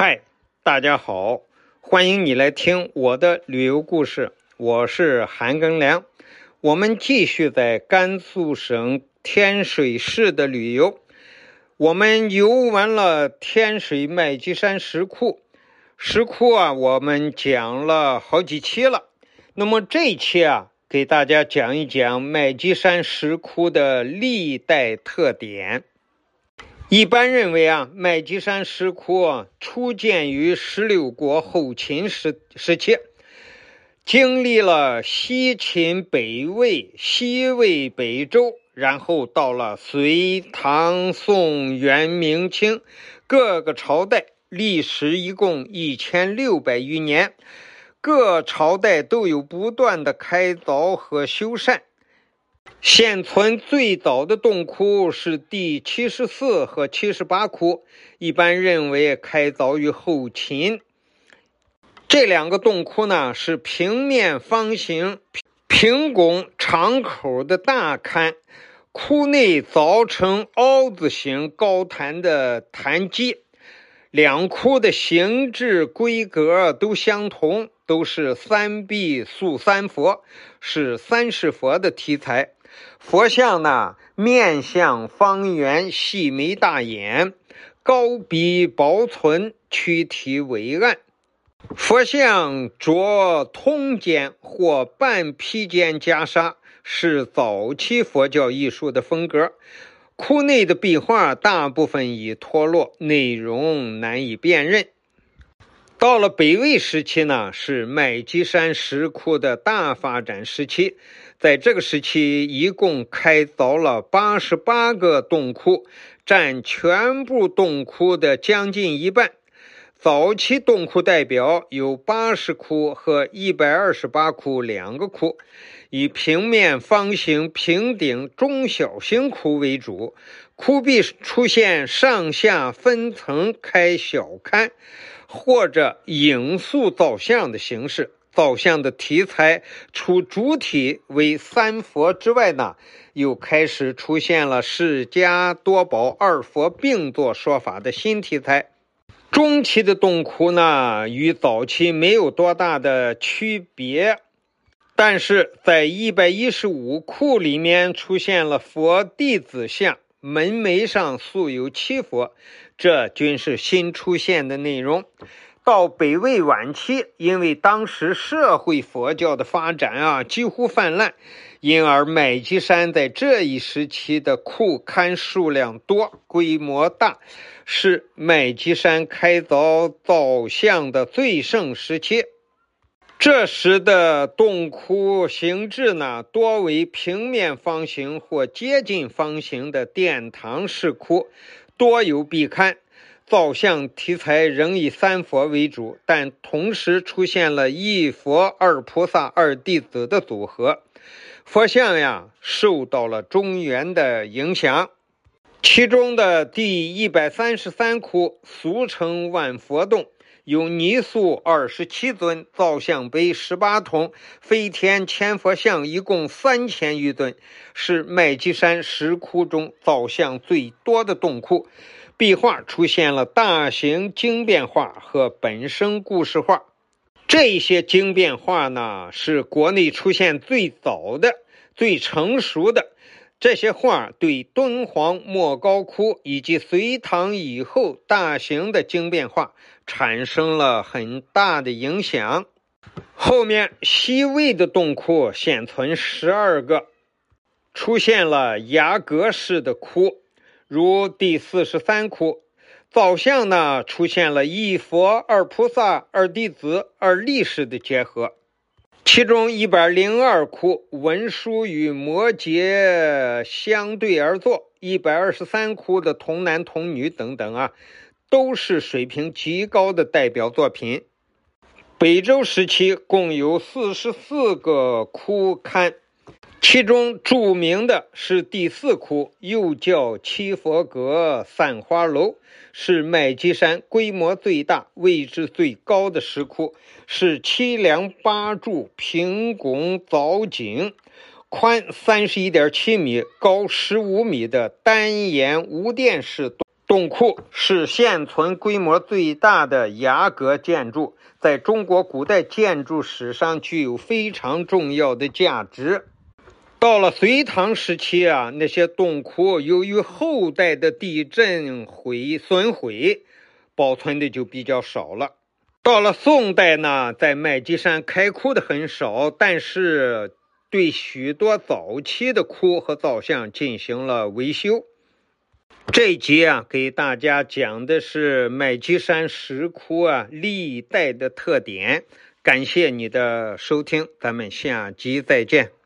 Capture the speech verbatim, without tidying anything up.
嗨，大家好，欢迎你来听我的旅游故事，我是韩庚良。我们继续在甘肃省天水市的旅游，我们游完了天水麦积山石窟。石窟啊，我们讲了好几期了。那么这一期啊，给大家讲一讲麦积山石窟的历代特点。一般认为啊，麦积山石窟啊，初建于十六国后秦时时期，经历了西秦、北魏、西魏、北周，然后到了隋、唐、宋、元、明清各个朝代，历时一共一千六百余年，各朝代都有不断的开凿和修缮。现存最早的洞窟是第七十四和七十八窟，一般认为开凿于后秦。这两个洞窟呢，是平面方形、平拱敞口的大龛，窟内凿成凹字形高坛的坛基，两窟的形制规格都相同，都是三壁塑三佛，是三世佛的题材。佛像呢，面相方圆，细眉大眼，高鼻薄唇，躯体伟岸。佛像着通肩或半披肩袈裟，是早期佛教艺术的风格。窟内的壁画大部分已脱落，内容难以辨认。到了北魏时期呢，是麦积山石窟的大发展时期。在这个时期，一共开凿了八十八个洞窟，占全部洞窟的将近一半。早期洞窟代表有八十窟和一百二十八窟两个窟，以平面、方形、平顶、中小型窟为主，窟壁出现上下分层开小龛，或者影塑造像的形式。造像的题材除主体为三佛之外呢，又开始出现了释迦多宝二佛并作说法的新题材。中期的洞窟呢，与早期没有多大的区别，但是在一百一十五窟里面出现了佛弟子像，门楣上塑有七佛，这均是新出现的内容。到北魏晚期，因为当时社会佛教的发展啊几乎泛滥，因而麦积山在这一时期的窟龛数量多，规模大，是麦积山开凿造像的最盛时期。这时的洞窟形制呢，多为平面方形或接近方形的殿堂式窟，多有壁龛。造像题材仍以三佛为主，但同时出现了一佛二菩萨二弟子的组合。佛像呀，受到了中原的影响。其中的第一百三十三窟，俗称万佛洞，有泥塑二十七尊，造像碑十八筒，飞天千佛像一共三千余尊，是麦积山石窟中造像最多的洞窟。壁画出现了大型经变画和本生故事画，这些经变画呢，是国内出现最早的、最成熟的。这些画对敦煌莫高窟以及隋唐以后大型的经变画产生了很大的影响。后面西魏的洞窟现存十二个，出现了崖阁式的窟，如第四十三窟，造像呢出现了一佛二菩萨二弟子二力士的结合。其中一百零二窟文殊与摩诘相对而坐，一百二十三窟的童男童女等等啊，都是水平极高的代表作品。北周时期共有四十四个窟龛，其中著名的是第四窟，又叫七佛阁散花楼，是麦积山规模最大、位置最高的石窟，是七梁八柱平拱藻井，宽 三十一点七米、高十五米的单檐无殿式洞窟是现存规模最大的崖阁建筑，在中国古代建筑史上具有非常重要的价值。到了隋唐时期啊，那些洞窟由于后代的地震毁损毁，保存的就比较少了。到了宋代呢，在麦积山开窟的很少，但是对许多早期的窟和造像进行了维修。这一集啊，给大家讲的是麦积山石窟啊历代的特点。感谢你的收听，咱们下集再见。